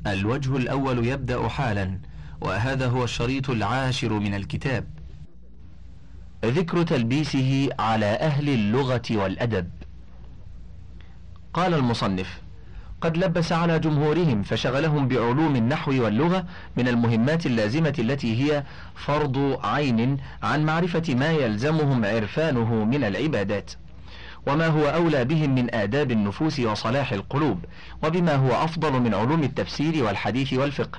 الوجه الأول يبدأ حالا، وهذا هو الشريط 10 من الكتاب. ذكر تلبيسه على أهل اللغة والأدب. قال المصنف: قد لبس على جمهورهم فشغلهم بعلوم النحو واللغة من المهمات اللازمة التي هي فرض عين عن معرفة ما يلزمهم عرفانه من العبادات، وما هو أولى بهم من آداب النفوس وصلاح القلوب، وبما هو أفضل من علوم التفسير والحديث والفقه.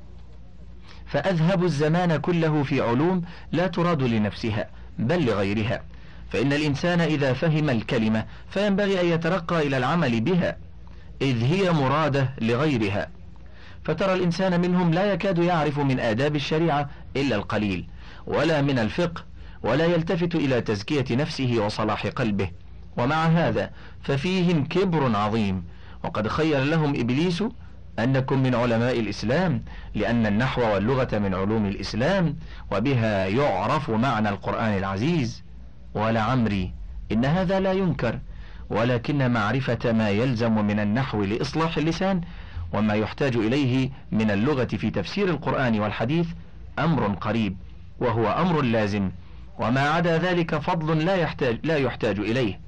فأذهبوا الزمان كله في علوم لا تراد لنفسها بل لغيرها، فإن الإنسان إذا فهم الكلمة فينبغي أن يترقى إلى العمل بها، إذ هي مرادة لغيرها. فترى الإنسان منهم لا يكاد يعرف من آداب الشريعة إلا القليل، ولا من الفقه، ولا يلتفت إلى تزكية نفسه وصلاح قلبه. ومع هذا ففيهم كبر عظيم، وقد خير لهم إبليس: أنكم من علماء الإسلام، لأن النحو واللغة من علوم الإسلام، وبها يعرف معنى القرآن العزيز. ولعمري إن هذا لا ينكر، ولكن معرفة ما يلزم من النحو لإصلاح اللسان وما يحتاج إليه من اللغة في تفسير القرآن والحديث أمر قريب، وهو أمر لازم، وما عدا ذلك فضل لا يحتاج إليه.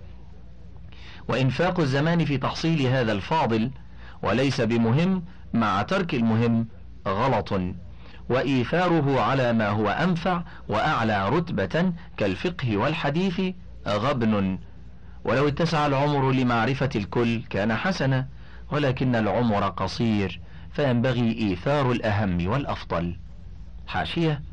وإنفاق الزمان في تحصيل هذا الفاضل وليس بمهم مع ترك المهم غلط، وإيثاره على ما هو أنفع وأعلى رتبة كالفقه والحديث غبن. ولو اتسع العمر لمعرفة الكل كان حسنا، ولكن العمر قصير، فينبغي إيثار الأهم والأفضل. حاشية: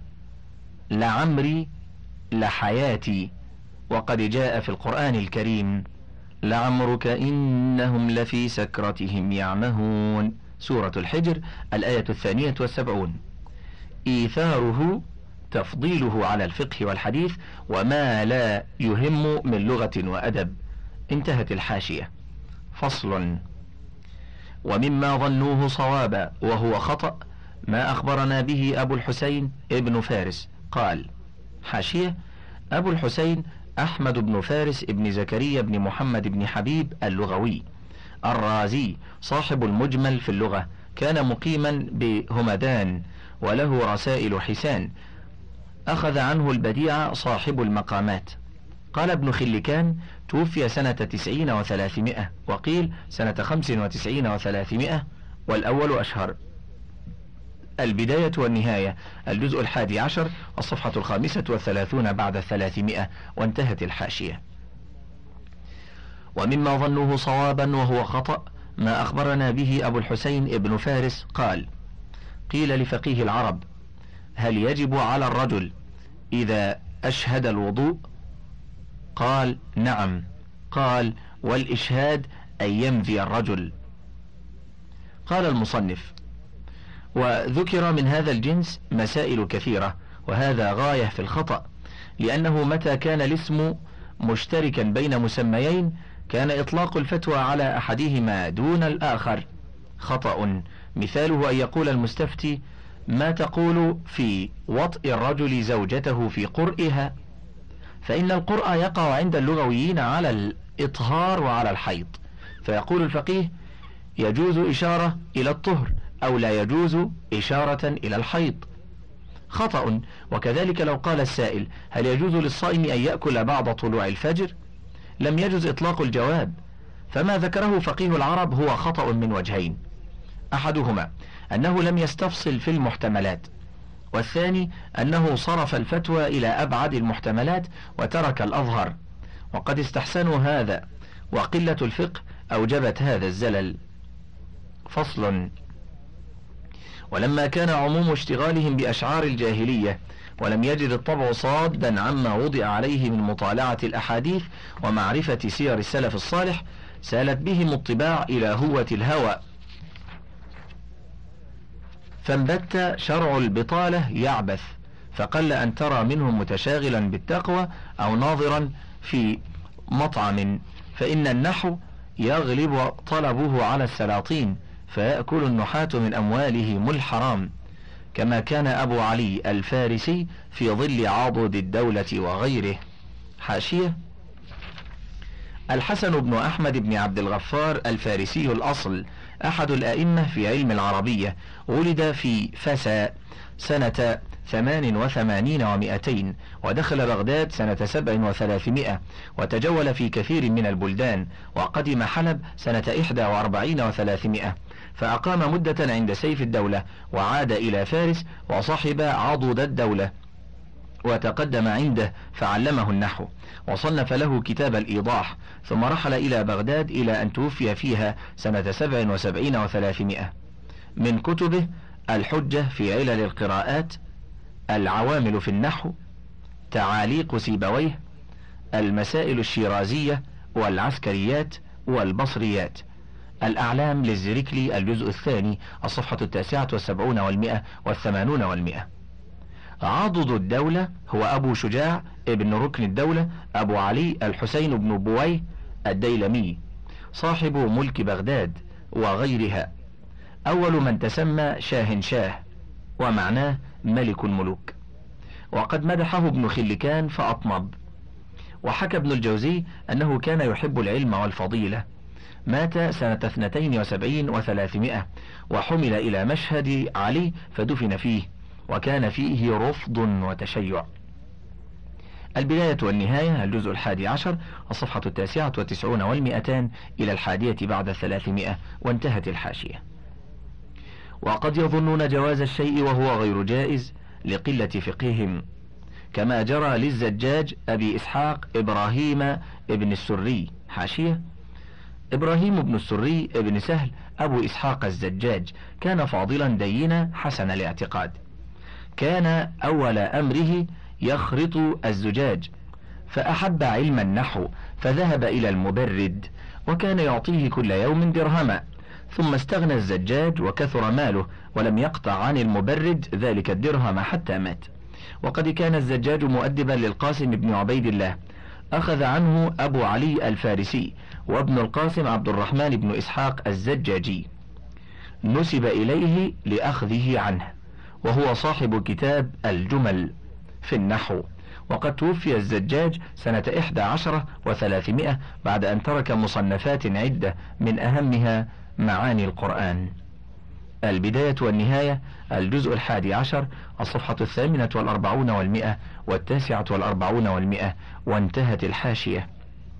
لعمري لحياتي، وقد جاء في القرآن الكريم: لعمرك إنهم لفي سكرتهم يعمهون، سورة الحجر الآية 72. إيثاره تفضيله على الفقه والحديث وما لا يهم من لغة وأدب. انتهت الحاشية. فصل: ومما ظنوه صوابا وهو خطأ ما أخبرنا به أبو الحسين ابن فارس قال. حاشية: أبو الحسين أحمد بن فارس ابن زكريا بن محمد بن حبيب اللغوي الرازي، صاحب المجمل في اللغة، كان مقيما بهمدان، وله رسائل حسان، أخذ عنه البديع صاحب المقامات. قال ابن خلكان: توفي سنة 90 و300، وقيل سنة 95 و300، والأول أشهر. البداية والنهاية، الجزء 11، الصفحة 35 بعد 300. وانتهت الحاشية. ومما ظنوه صوابا وهو خطأ ما أخبرنا به أبو الحسين ابن فارس قال: قيل لفقيه العرب: هل يجب على الرجل إذا أشهد الوضوء؟ قال: نعم. قال: والإشهاد أن يمذي الرجل. قال المصنف: وذكر من هذا الجنس مسائل كثيرة، وهذا غاية في الخطأ، لأنه متى كان الاسم مشتركا بين مسميين كان إطلاق الفتوى على أحدهما دون الآخر خطأ. مثاله أن يقول المستفتي: ما تقول في وطئ الرجل زوجته في قرئها؟ فإن القرء يقع عند اللغويين على الإطهار وعلى الحيض، فيقول الفقيه: يجوز إشارة إلى الطهر، أو لا يجوز إشارة إلى الحيض. خطأ. وكذلك لو قال السائل: هل يجوز للصائم أن يأكل بعد طلوع الفجر؟ لم يجوز إطلاق الجواب. فما ذكره فقيه العرب هو خطأ من وجهين: أحدهما أنه لم يستفصل في المحتملات، والثاني أنه صرف الفتوى إلى أبعد المحتملات وترك الأظهر، وقد استحسنوا هذا، وقلة الفقه أوجبت هذا الزلل. فصل: ولما كان عموم اشتغالهم بأشعار الجاهلية ولم يجد الطبع صادا عما وضع عليه من مطالعة الأحاديث ومعرفة سير السلف الصالح، سالت بهم الطباع إلى هوة الهوى، فانبت شرع البطالة يعبث، فقل أن ترى منهم متشاغلا بالتقوى أو ناظرا في مطعم، فإن النحو يغلب طلبه على السلاطين، فيأكل النحاة من أموالهم الحرام، كما كان أبو علي الفارسي في ظل عضد الدولة وغيره. حاشية: الحسن بن أحمد بن عبد الغفار الفارسي الأصل، أحد الأئمة في علم العربية، ولد في فسا سنة 88 و200، ودخل بغداد سنة 3700، وتجول في كثير من البلدان، وقدم حلب سنة 41 و300، فأقام مدة عند سيف الدولة، وعاد إلى فارس وصحب عضد الدولة وتقدم عنده فعلمه النحو، وصنف له كتاب الإيضاح، ثم رحل إلى بغداد إلى أن توفي فيها سنة 77 و300. من كتبه: الحجة في علل القراءات، العوامل في النحو، تعاليق سيبويه، المسائل الشيرازية والعسكريات والبصريات، الأعلام للزركلي الجزء الثاني الصفحة 79 و100 و80 و100. عضد الدولة هو أبو شجاع ابن ركن الدولة أبو علي الحسين بن بويه الديلمي، صاحب ملك بغداد وغيرها، أول من تسمى شاهنشاه، ومعناه ملك الملوك، وقد مدحه ابن خلكان فأطنب. وحكى ابن الجوزي أنه كان يحب العلم والفضيلة. مات سنة 72 و300، وحمل إلى مشهد علي فدفن فيه، وكان فيه رفض وتشيع. البداية والنهاية الجزء 11 الصفحة 99 و200 إلى 100 بعد 300، وانتهت الحاشية. وقد يظنون جواز الشيء وهو غير جائز لقلة فقههم، كما جرى للزجاج أبي إسحاق إبراهيم ابن السري. حاشية: إبراهيم بن السري ابن سهل أبو إسحاق الزجاج كان فاضلا دينا حسن الاعتقاد، كان أول أمره يخرط الزجاج، فأحب علم النحو فذهب إلى المبرد، وكان يعطيه كل يوم درهما، ثم استغنى الزجاج وكثر ماله، ولم يقطع عن المبرد ذلك الدرهم حتى مات. وقد كان الزجاج مؤدبا للقاسم بن عبيد الله، أخذ عنه أبو علي الفارسي، وابن القاسم عبد الرحمن بن إسحاق الزجاجي نسب إليه لأخذه عنه، وهو صاحب كتاب الجمل في النحو. وقد توفي الزجاج سنة 11 و300 بعد أن ترك مصنفات عدة، من أهمها معاني القرآن. البداية والنهاية الجزء 11 الصفحة 48 و100 و49 و100، وانتهت الحاشية.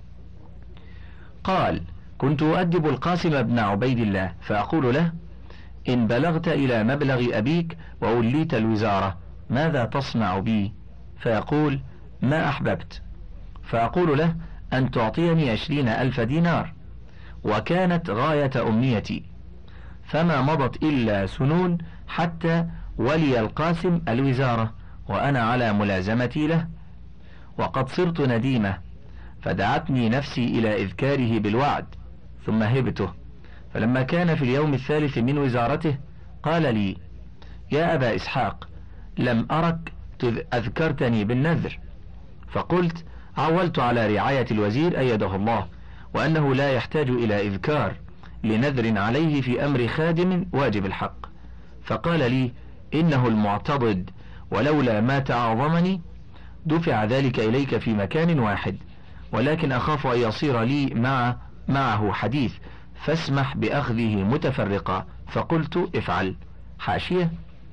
قال: كنت أؤدب القاسم بن عبيد الله فأقول له: إن بلغت إلى مبلغ أبيك ووليت الوزارة ماذا تصنع بي؟ فيقول: ما أحببت. فأقول له: أن تعطيني 20,000 دينار. وكانت غاية أمنيتي، فما مضت إلا سنون حتى ولي القاسم الوزارة وأنا على ملازمتي له، وقد صرت نديمة، فدعتني نفسي إلى إذكاره بالوعد، ثم هبته. فلما كان في اليوم الثالث من وزارته قال لي: يا أبا إسحاق، لم أرك أذكرتني بالنذر. فقلت: عولت على رعاية الوزير أيده الله، وأنه لا يحتاج إلى إذكار لنذر عليه في أمر خادم واجب الحق. فقال لي: إنه المعتضد، ولولا ما تعاظمني دفع ذلك إليك في مكان واحد، ولكن أخاف أن يصير لي معه حديث، فاسمح بأخذه متفرقا. فقلت: افعل. حاشية: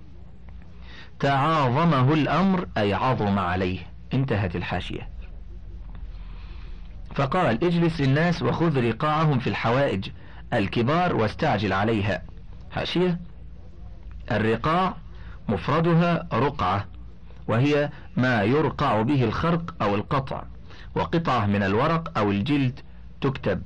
تعاظمه الأمر أي عظم عليه. انتهت الحاشية. فقال: اجلس للناس وخذ رقاعهم في الحوائج الكبار واستعجل عليها. حاشية: الرقاع مفردها رقعة، وهي ما يرقع به الخرق أو القطع، وقطعة من الورق أو الجلد تكتب.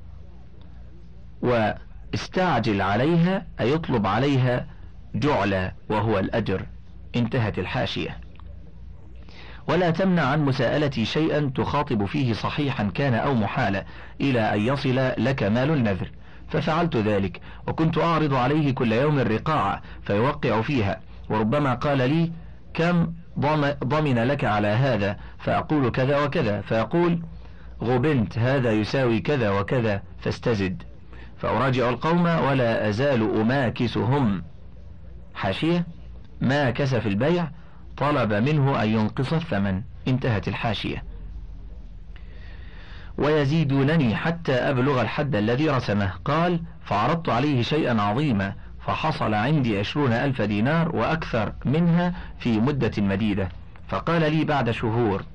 واستعجل عليها أي يطلب عليها جعلا وهو الأجر. انتهت الحاشية. ولا تمنع عن مساءلتي شيئا تخاطب فيه صحيحا كان أو محالا إلى أن يصل لك مال النذر. ففعلت ذلك، وكنت أعرض عليه كل يوم الرقاعة فيوقع فيها، وربما قال لي: كم ضمن لك على هذا؟ فأقول: كذا وكذا. فيقول: غبنت، هذا يساوي كذا وكذا، فاستزد. فأراجع القوم ولا أزال أماكسهم. حاشية: ما كسف البيع طلب منه أن ينقص الثمن. انتهت الحاشية. ويزيدونني حتى أبلغ الحد الذي رسمه. قال: فعرضت عليه شيئا عظيما، فحصل عندي 20,000 دينار وأكثر منها في مدة مديدة. فقال لي بعد شهور: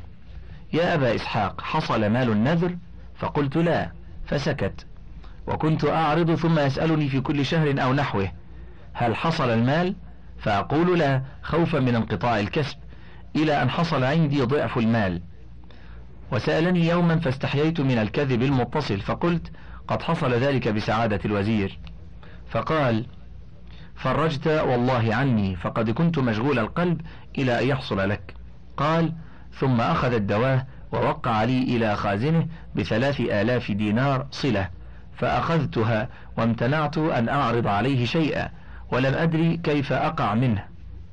يا أبا إسحاق، حصل مال النذر؟ فقلت: لا. فسكت، وكنت أعرض ثم يسألني في كل شهر أو نحوه: هل حصل المال؟ فأقول: لا، خوفا من انقطاع الكسب، إلى أن حصل عندي ضعف المال. وسألني يوما فاستحييت من الكذب المتصل، فقلت: قد حصل ذلك بسعادة الوزير. فقال: فرجت والله عني، فقد كنت مشغول القلب إلى أن يحصل لك. قال: ثم أخذ الدواه ووقع لي إلى خازنه ب3,000 دينار صلة، فأخذتها وامتنعت أن أعرض عليه شيئا، ولم أدري كيف أقع منه.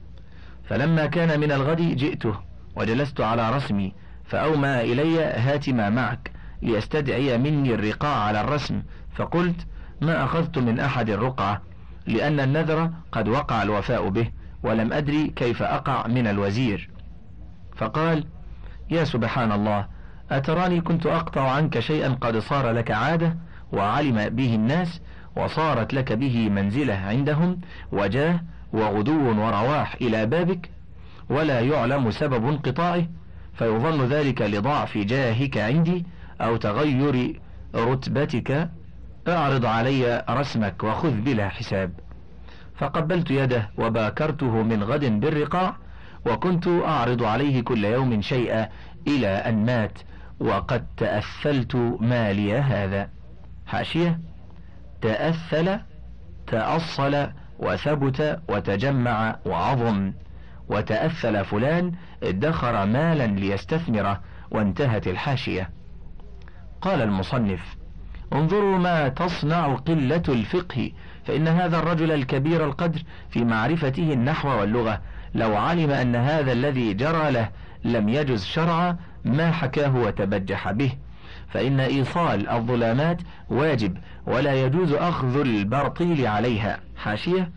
فلما كان من الغد جئته وجلست على رسمي، فأومى إلي: هات ما معك، ليستدعي مني الرقاع على الرسم. فقلت: ما أخذت من أحد الرقعة، لأن النذر قد وقع الوفاء به، ولم أدري كيف أقع من الوزير. فقال: يا سبحان الله، أتراني كنت أقطع عنك شيئا قد صار لك عادة وعلم به الناس، وصارت لك به منزلة عندهم وجاه وغدو ورواح إلى بابك، ولا يعلم سبب انقطاعه، فيظن ذلك لضعف جاهك عندي أو تغير رتبتك. اعرض علي رسمك وخذ بلا حساب. فقبلت يده وباكرته من غد بالرقاع، وكنت أعرض عليه كل يوم شيئا إلى أن مات، وقد تأثلت مالي هذا. حاشية: تأثل، تأصل وثبت وتجمع وعظم، وتأثل فلان ادخر مالا ليستثمره. وانتهت الحاشية. قال المصنف: انظروا ما تصنع قلة الفقه، فإن هذا الرجل الكبير القدر في معرفته النحو واللغة لو علم أن هذا الذي جرى له لم يجز شرعا ما حكاه وتبجح به، فإن إيصال الظلامات واجب، ولا يجوز أخذ البرطيل عليها. حاشية: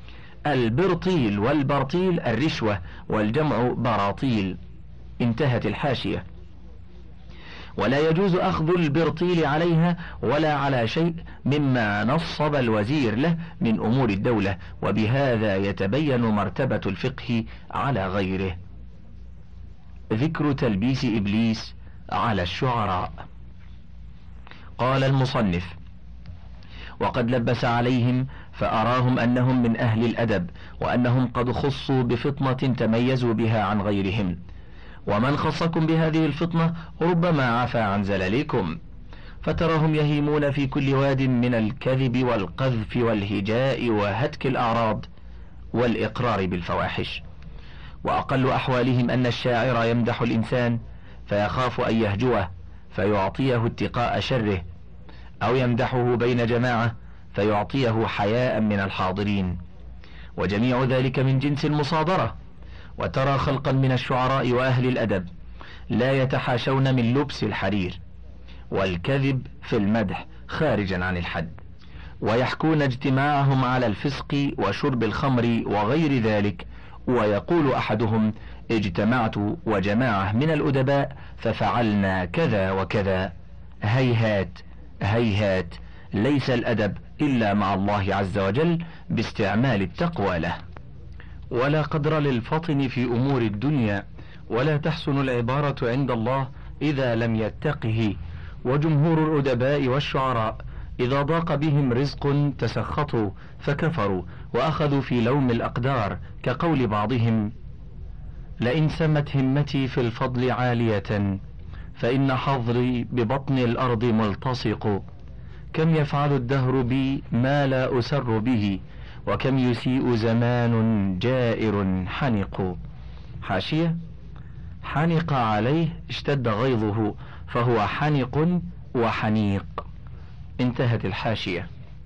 البرطيل والبرطيل الرشوة، والجمع براطيل. انتهت الحاشية. ولا يجوز أخذ البرطيل عليها ولا على شيء مما نصب الوزير له من أمور الدولة، وبهذا يتبين مرتبة الفقه على غيره. ذكر تلبيس إبليس على الشعراء. قال المصنف: وقد لبس عليهم فأراهم أنهم من أهل الأدب، وأنهم قد خصوا بفطنة تميزوا بها عن غيرهم، ومن خصكم بهذه الفطنة ربما عفى عن زللكم، فتراهم يهيمون في كل واد من الكذب والقذف والهجاء وهتك الأعراض والإقرار بالفواحش. وأقل أحوالهم أن الشاعر يمدح الإنسان فيخاف أن يهجوه فيعطيه اتقاء شره، أو يمدحه بين جماعة فيعطيه حياء من الحاضرين، وجميع ذلك من جنس المصادرة. وترى خلقا من الشعراء وأهل الأدب لا يتحاشون من لبس الحرير والكذب في المدح خارجا عن الحد، ويحكون اجتماعهم على الفسق وشرب الخمر وغير ذلك، ويقول أحدهم: اجتمعت وجماعة من الأدباء ففعلنا كذا وكذا. هيهات هيهات، ليس الأدب إلا مع الله عز وجل باستعمال التقوى له. ولا قدر للفطن في أمور الدنيا، ولا تحسن العبارة عند الله إذا لم يتقه. وجمهور الأدباء والشعراء إذا ضاق بهم رزق تسخطوا فكفروا وأخذوا في لوم الأقدار، كقول بعضهم: لئن سمت همتي في الفضل عالية فإن حظري ببطن الأرض ملتصق، كم يفعل الدهر بي ما لا أسر به، وكم يسيء زمان جائر حنق. حاشية: حنق عليه اشتد غيظه، فهو حنق وحنيق. انتهت الحاشية.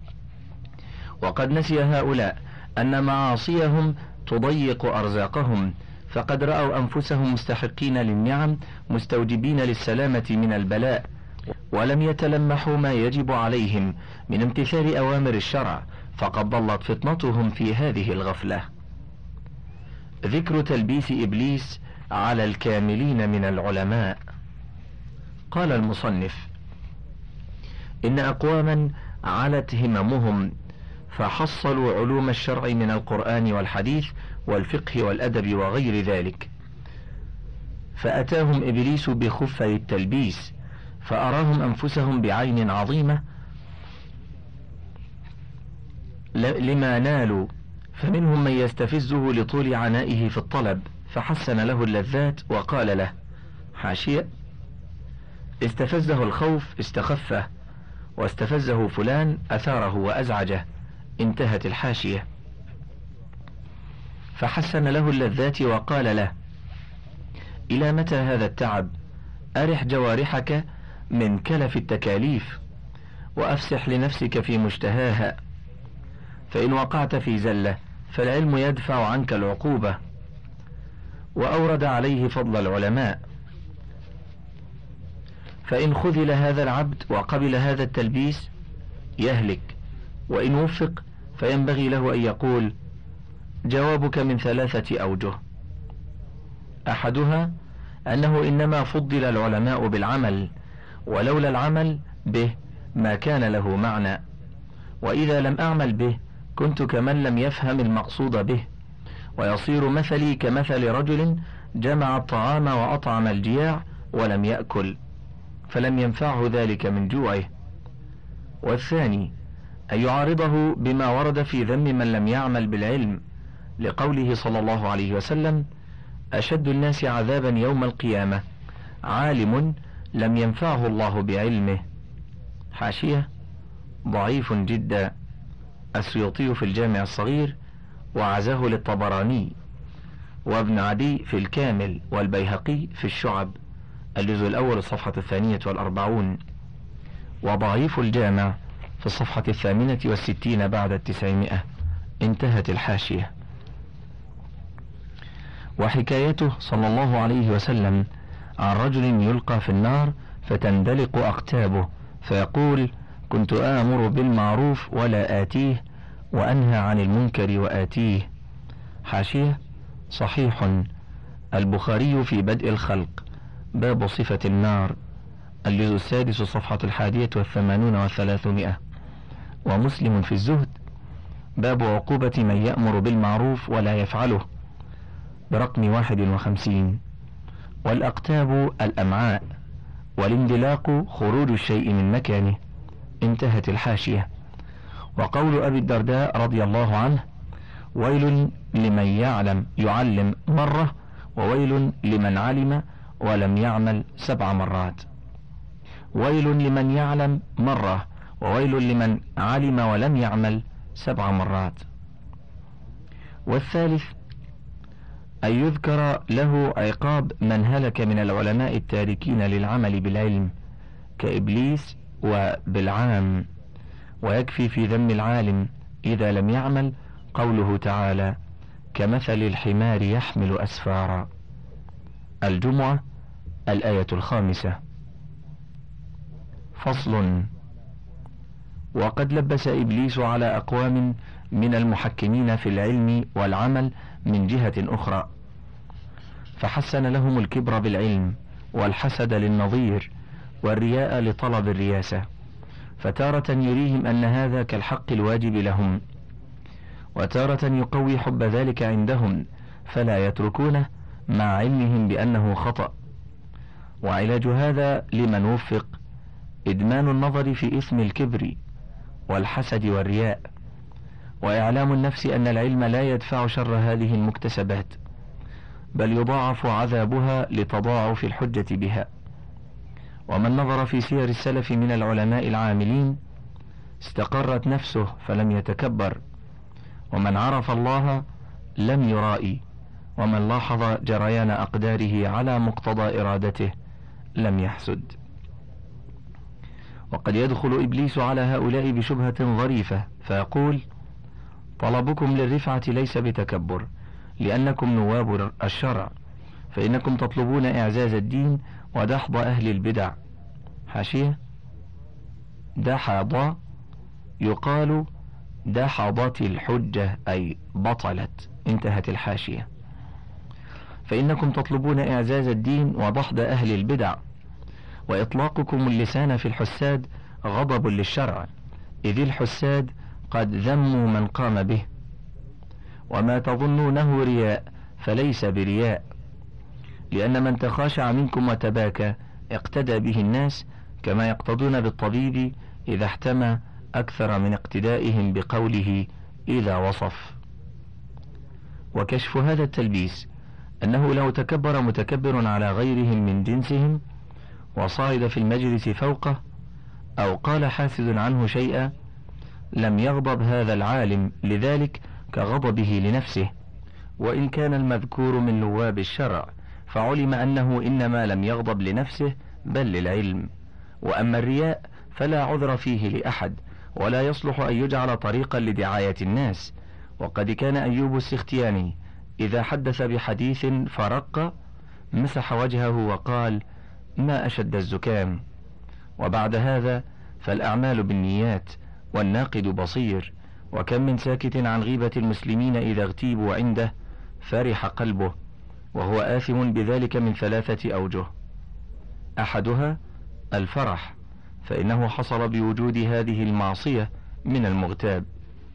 وقد نسي هؤلاء أن معاصيهم تضيق أرزاقهم، فقد رأوا أنفسهم مستحقين للنعم مستوجبين للسلامة من البلاء، ولم يتلمحوا ما يجب عليهم من امتثال أوامر الشرع، فقد ضلت فطنتهم في هذه الغفلة. ذكر تلبيس إبليس على الكاملين من العلماء. قال المصنف: إن أقواما علت هممهم فحصلوا علوم الشرع من القرآن والحديث والفقه والأدب وغير ذلك، فأتاهم إبليس بخفي التلبيس فأراهم أنفسهم بعين عظيمة لما نالوا، فمنهم من يستفزه لطول عنائه في الطلب فحسن له اللذات وقال له: حاشية: استفزه الخوف استخفه، واستفزه فلان أثاره وأزعجه. انتهت الحاشية. فحسن له اللذات وقال له: إلى متى هذا التعب؟ أرح جوارحك من كلف التكاليف، وأفسح لنفسك في مشتهاها، فإن وقعت في زلة فالعلم يدفع عنك العقوبة. وأورد عليه فضل العلماء: فإن خذل هذا العبد وقبل هذا التلبيس يهلك، وإن وفق فينبغي له أن يقول: جوابك من 3 أوجه. أحدها أنه إنما فضل العلماء بالعمل، ولولا العمل به ما كان له معنى، وإذا لم أعمل به كنت كمن لم يفهم المقصود به، ويصير مثلي كمثل رجل جمع الطعام وأطعم الجياع ولم يأكل، فلم ينفعه ذلك من جوعه. والثاني أن يعارضه بما ورد في ذم من لم يعمل بالعلم، لقوله صلى الله عليه وسلم: أشد الناس عذابا يوم القيامة عالم لم ينفعه الله بعلمه. حاشية: ضعيف جدا. السيوطي في الجامع الصغير، وعزاه للطبراني، وابن عدي في الكامل، والبيهقي في الشعب الجزء الأول الصفحة 42، وضعيف الجامع في الصفحة 68 بعد 900. انتهت الحاشية. وحكايته صلى الله عليه وسلم عن رجل يلقى في النار فتندلق أقتابه فيقول: كنت آمر بالمعروف ولا آتيه، وأنهى عن المنكر وآتيه. حاشية: صحيح. البخاري في بدء الخلق باب صفة النار الجزء 6 صفحة 81 و300، ومسلم في الزهد باب عقوبة من يأمر بالمعروف ولا يفعله برقم 51. والأقتاب الأمعاء، والاندلاق خروج الشيء من مكانه. انتهت الحاشية. وقول أبي الدرداء رضي الله عنه: ويل لمن يعلم مرة، وويل لمن علم ولم يعمل 7 مرات. ويل لمن يعلم مرة، وويل لمن علم ولم يعمل 7 مرات. والثالث أن يذكر له عقاب من هلك من العلماء التاركين للعمل بالعلم كإبليس وبلعام، ويكفي في ذم العالم إذا لم يعمل قوله تعالى: كمثل الحمار يحمل أسفارا. الجمعة الآية 5. فصل. وقد لبس إبليس على أقوام من المحكمين في العلم والعمل من جهة أخرى، فحسن لهم الكبر بالعلم، والحسد للنظير، والرياء لطلب الرياسة، فتارة يريهم أن هذا كالحق الواجب لهم، وتارة يقوي حب ذلك عندهم فلا يتركونه مع علمهم بأنه خطأ. وعلاج هذا لمن وفق إدمان النظر في إثم الكبر والحسد والرياء، وإعلام النفس أن العلم لا يدفع شر هذه المكتسبات، بل يضاعف عذابها لتضاعف الحجة بها. ومن نظر في سير السلف من العلماء العاملين استقرت نفسه فلم يتكبر، ومن عرف الله لم يرائي، ومن لاحظ جريان أقداره على مقتضى إرادته لم يحسد. وقد يدخل إبليس على هؤلاء بشبهة ظريفة فيقول: طلبكم للرفعة ليس بتكبر، لأنكم نواب الشرع، فإنكم تطلبون إعزاز الدين ودحض أهل البدع. حاشية: دحض يقال دحضت الحجة أي بطلت. انتهت الحاشية. فإنكم تطلبون إعزاز الدين ودحض أهل البدع، وإطلاقكم اللسان في الحساد غضب للشرع، إذ الحساد قد ذموا من قام به. وما تظنونه رياء فليس برياء، لأن من تخاشع منكم وتباكى اقتدى به الناس، كما يقتدون بالطبيب إذا احتمى أكثر من اقتدائهم بقوله إذا وصف. وكشف هذا التلبيس أنه لو تكبر متكبر على غيرهم من جنسهم وصعد في المجلس فوقه أو قال حاسد عنه شيئا لم يغضب هذا العالم لذلك كغضبه لنفسه، وإن كان المذكور من لواب الشرع، فعلم أنه إنما لم يغضب لنفسه بل للعلم. وأما الرياء فلا عذر فيه لأحد، ولا يصلح أن يجعل طريقا لدعاية الناس. وقد كان أيوب السختياني إذا حدث بحديث فرق مسح وجهه وقال ما أشد الزكام. وبعد هذا فالأعمال بالنيات، والناقد بصير. وكم من ساكت عن غيبة المسلمين إذا اغتيبوا عنده فرح قلبه، وهو آثم بذلك من 3 أوجه: أحدها الفرح، فإنه حصل بوجود هذه المعصية من المغتاب،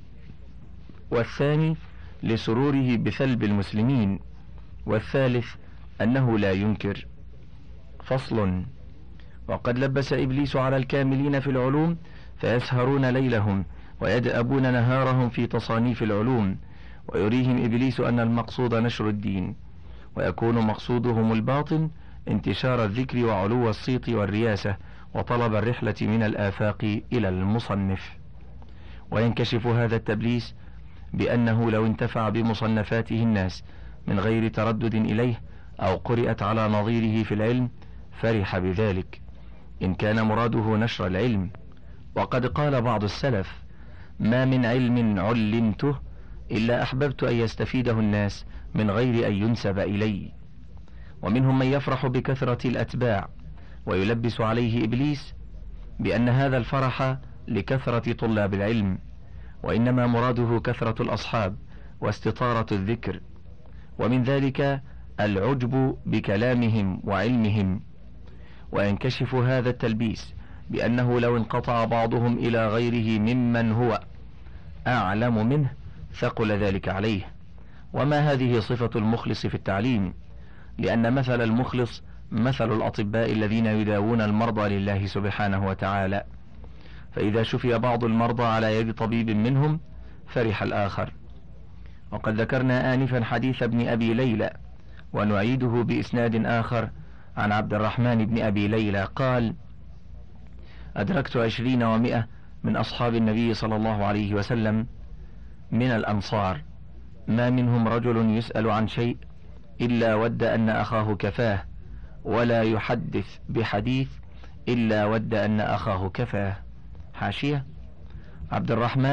والثاني لسروره بثلب المسلمين، والثالث أنه لا ينكر. فصل: وقد لبس إبليس على الكاملين في العلوم فيسهرون ليلهم ويدأبون نهارهم في تصانيف العلوم، ويريهم إبليس أن المقصود نشر الدين، ويكون مقصودهم الباطن انتشار الذكر وعلو الصيت والرياسة وطلب الرحلة من الآفاق إلى المصنف. وينكشف هذا التبليس بأنه لو انتفع بمصنفاته الناس من غير تردد إليه أو قرأت على نظيره في العلم فرح بذلك، إن كان مراده نشر العلم. وقد قال بعض السلف: ما من علم علمته إلا أحببت أن يستفيده الناس من غير أن ينسب إلي. ومنهم من يفرح بكثرة الأتباع ويلبس عليه إبليس بأن هذا الفرح لكثرة طلاب العلم، وإنما مراده كثرة الأصحاب واستطارة الذكر، ومن ذلك العجب بكلامهم وعلمهم. وينكشف هذا التلبيس بأنه لو انقطع بعضهم إلى غيره ممن هو أعلم منه ثقل ذلك عليه. وما هذه صفة المخلص في التعليم، لأن مثل المخلص مثل الأطباء الذين يداوون المرضى لله سبحانه وتعالى، فإذا شفي بعض المرضى على يد طبيب منهم فرح الآخر. وقد ذكرنا آنفا حديث ابن أبي ليلى، ونعيده بإسناد آخر عن عبد الرحمن بن أبي ليلى قال: أدركت 20 و100 من أصحاب النبي صلى الله عليه وسلم من الأنصار، ما منهم رجل يسأل عن شيء إلا ود أن أخاه كفاه، ولا يحدث بحديث إلا ود أن أخاه كفاه. حاشية: عبد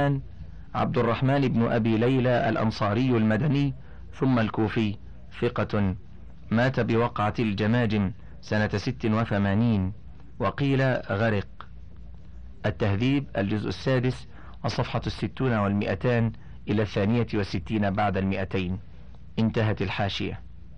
الرحمن بن أبي ليلى الأنصاري المدني ثم الكوفي، ثقة، مات بوقعة الجماجم سنة 86، وقيل غرق. التهذيب الجزء 6 الصفحة 60 و200 إلى 62 بعد 200. انتهت الحاشية.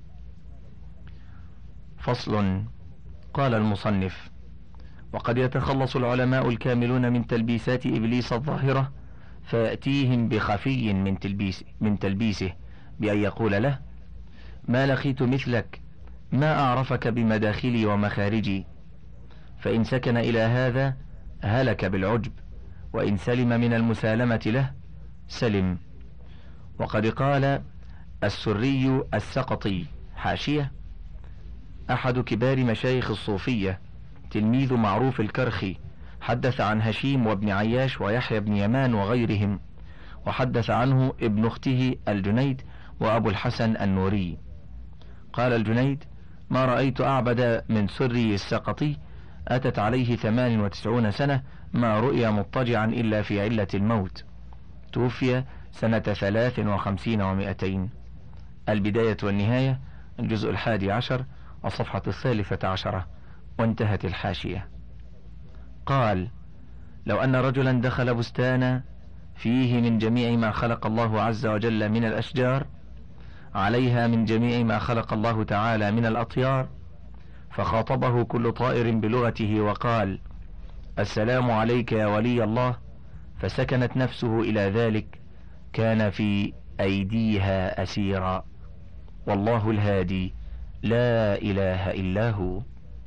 فصل. قال المصنف: وقد يتخلص العلماء الكاملون من تلبيسات إبليس الظاهرة، فيأتيهم بخفي من تلبيسه بأن يقول له: ما لقيت مثلك، ما أعرفك بمداخلي ومخارجي. فإن سكن إلى هذا هلك بالعجب، وإن سلم من المسالمة له سلم. وقد قال السري السقطي، حاشية: أحد كبار مشايخ الصوفية، تلميذ معروف الكرخي، حدث عن هشيم وابن عياش ويحيى بن يمان وغيرهم، وحدث عنه ابن أخته الجنيد وأبو الحسن النوري. قال الجنيد: ما رأيت أعبد من سري السقطي، أتت عليه 98 سنة ما رؤي مضطجعا إلا في علة الموت. توفي سنة 53 و200. البداية والنهاية الجزء 11 الصفحة 13، وانتهت الحاشية. قال: لو أن رجلا دخل بستانا فيه من جميع ما خلق الله عز وجل من الأشجار، عليها من جميع ما خلق الله تعالى من الأطيار، فخاطبه كل طائر بلغته وقال: السلام عليك يا ولي الله، فسكنت نفسه إلى ذلك، كان في أيديها أسيرا، والله الهادي، لا إله إلا هو.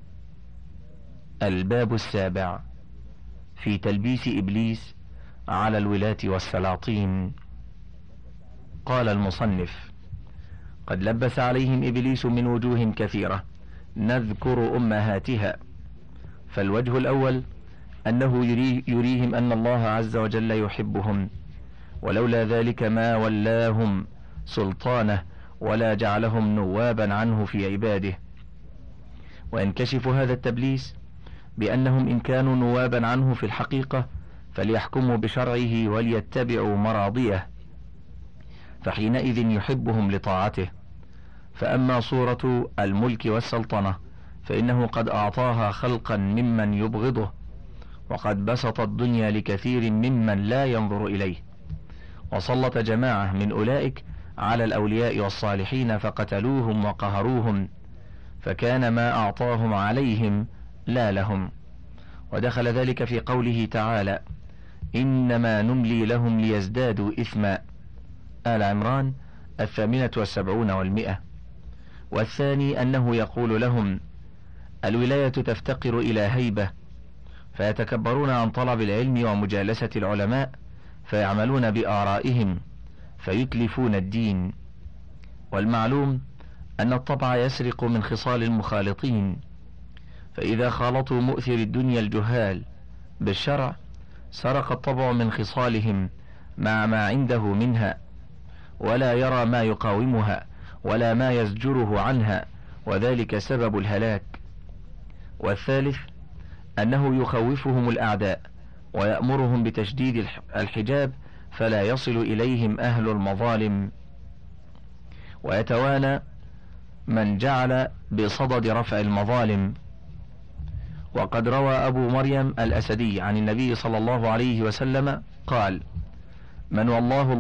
الباب 7 في تلبيس إبليس على الولاة والسلاطين. قال المصنف: قد لبس عليهم إبليس من وجوه كثيرة، نذكر أمهاتها. فالوجه الأول أنه يريهم أن الله عز وجل يحبهم، ولولا ذلك ما ولاهم سلطانه ولا جعلهم نوابا عنه في عباده. وينكشف هذا التبليس بأنهم إن كانوا نوابا عنه في الحقيقة فليحكموا بشرعه وليتبعوا مراضيه، فحينئذ يحبهم لطاعته. فأما صورة الملك والسلطنة فإنه قد أعطاها خلقا ممن يبغضه، وقد بسط الدنيا لكثير ممن لا ينظر إليه، وسلط جماعة من أولئك على الأولياء والصالحين فقتلوهم وقهروهم، فكان ما أعطاهم عليهم لا لهم. ودخل ذلك في قوله تعالى: إنما نملي لهم ليزدادوا إثما، آل عمران 78 و100. والثاني أنه يقول لهم: الولاية تفتقر إلى هيبة، فيتكبرون عن طلب العلم ومجالسة العلماء، فيعملون بآرائهم فيتلفون الدين. والمعلوم أن الطبع يسرق من خصال المخالطين، فإذا خالطوا مؤثر الدنيا الجهال بالشرع سرق الطبع من خصالهم مع ما عنده منها، ولا يرى ما يقاومها ولا ما يزجره عنها، وذلك سبب الهلاك. والثالث أنه يخوفهم الأعداء ويأمرهم بتشديد الحجاب فلا يصل إليهم أهل المظالم، ويتوانى من جعل بصدد رفع المظالم. وقد روى أبو مريم الأسدي عن النبي صلى الله عليه وسلم قال: من ولاه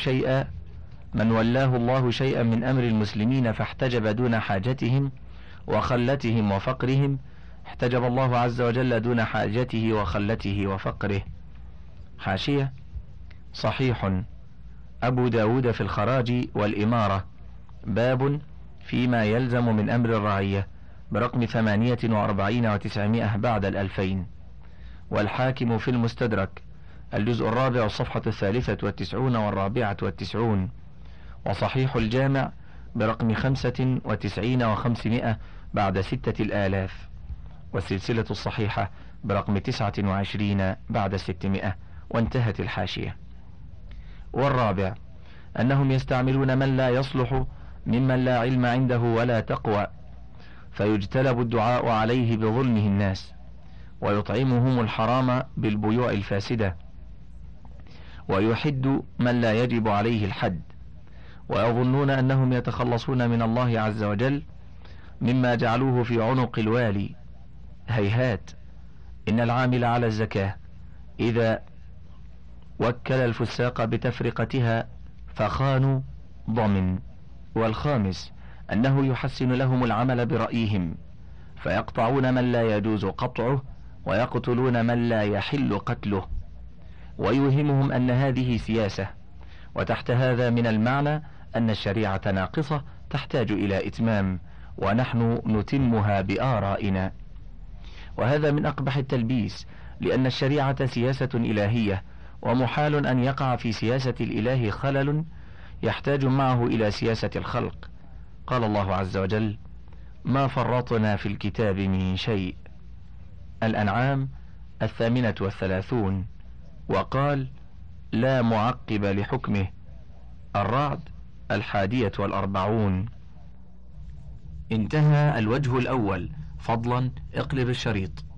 الله شيئا من أمر المسلمين فاحتجب دون حاجتهم وخلتهم وفقرهم، احتجب الله عز وجل دون حاجته وخلته وفقره. حاشية: صحيح أبو داود في الخراج والإمارة، باب فيما يلزم من أمر الرعية، برقم 48 و900 بعد 2000. والحاكم في المستدرك الجزء 4 الصفحة 93 و94. وصحيح الجامع برقم 95 و500 بعد 6000. والسلسلة الصحيحة برقم 29 بعد 600. وانتهت الحاشية. والرابع أنهم يستعملون من لا يصلح ممن لا علم عنده ولا تقوى، فيجتلب الدعاء عليه بظلمه الناس، ويطعمهم الحرام بالبيوع الفاسدة، ويحد من لا يجب عليه الحد، ويظنون أنهم يتخلصون من الله عز وجل مما جعلوه في عنق الوالي. هيهات، إن العامل على الزكاة إذا وكل الفساق بتفرقتها فخانوا ضمن. والخامس أنه يحسن لهم العمل برأيهم، فيقطعون من لا يجوز قطعه ويقتلون من لا يحل قتله، ويوهمهم أن هذه سياسة. وتحت هذا من المعنى أن الشريعة ناقصة تحتاج إلى إتمام، ونحن نتمها بآرائنا. وهذا من أقبح التلبيس، لأن الشريعة سياسة إلهية، ومحال أن يقع في سياسة الإله خلل يحتاج معه إلى سياسة الخلق. قال الله عز وجل: ما فرطنا في الكتاب من شيء. الأنعام 38. وقال: لا معقب لحكمه. الرعد 41. انتهى الوجه الأول. فضلا اقلب الشريط.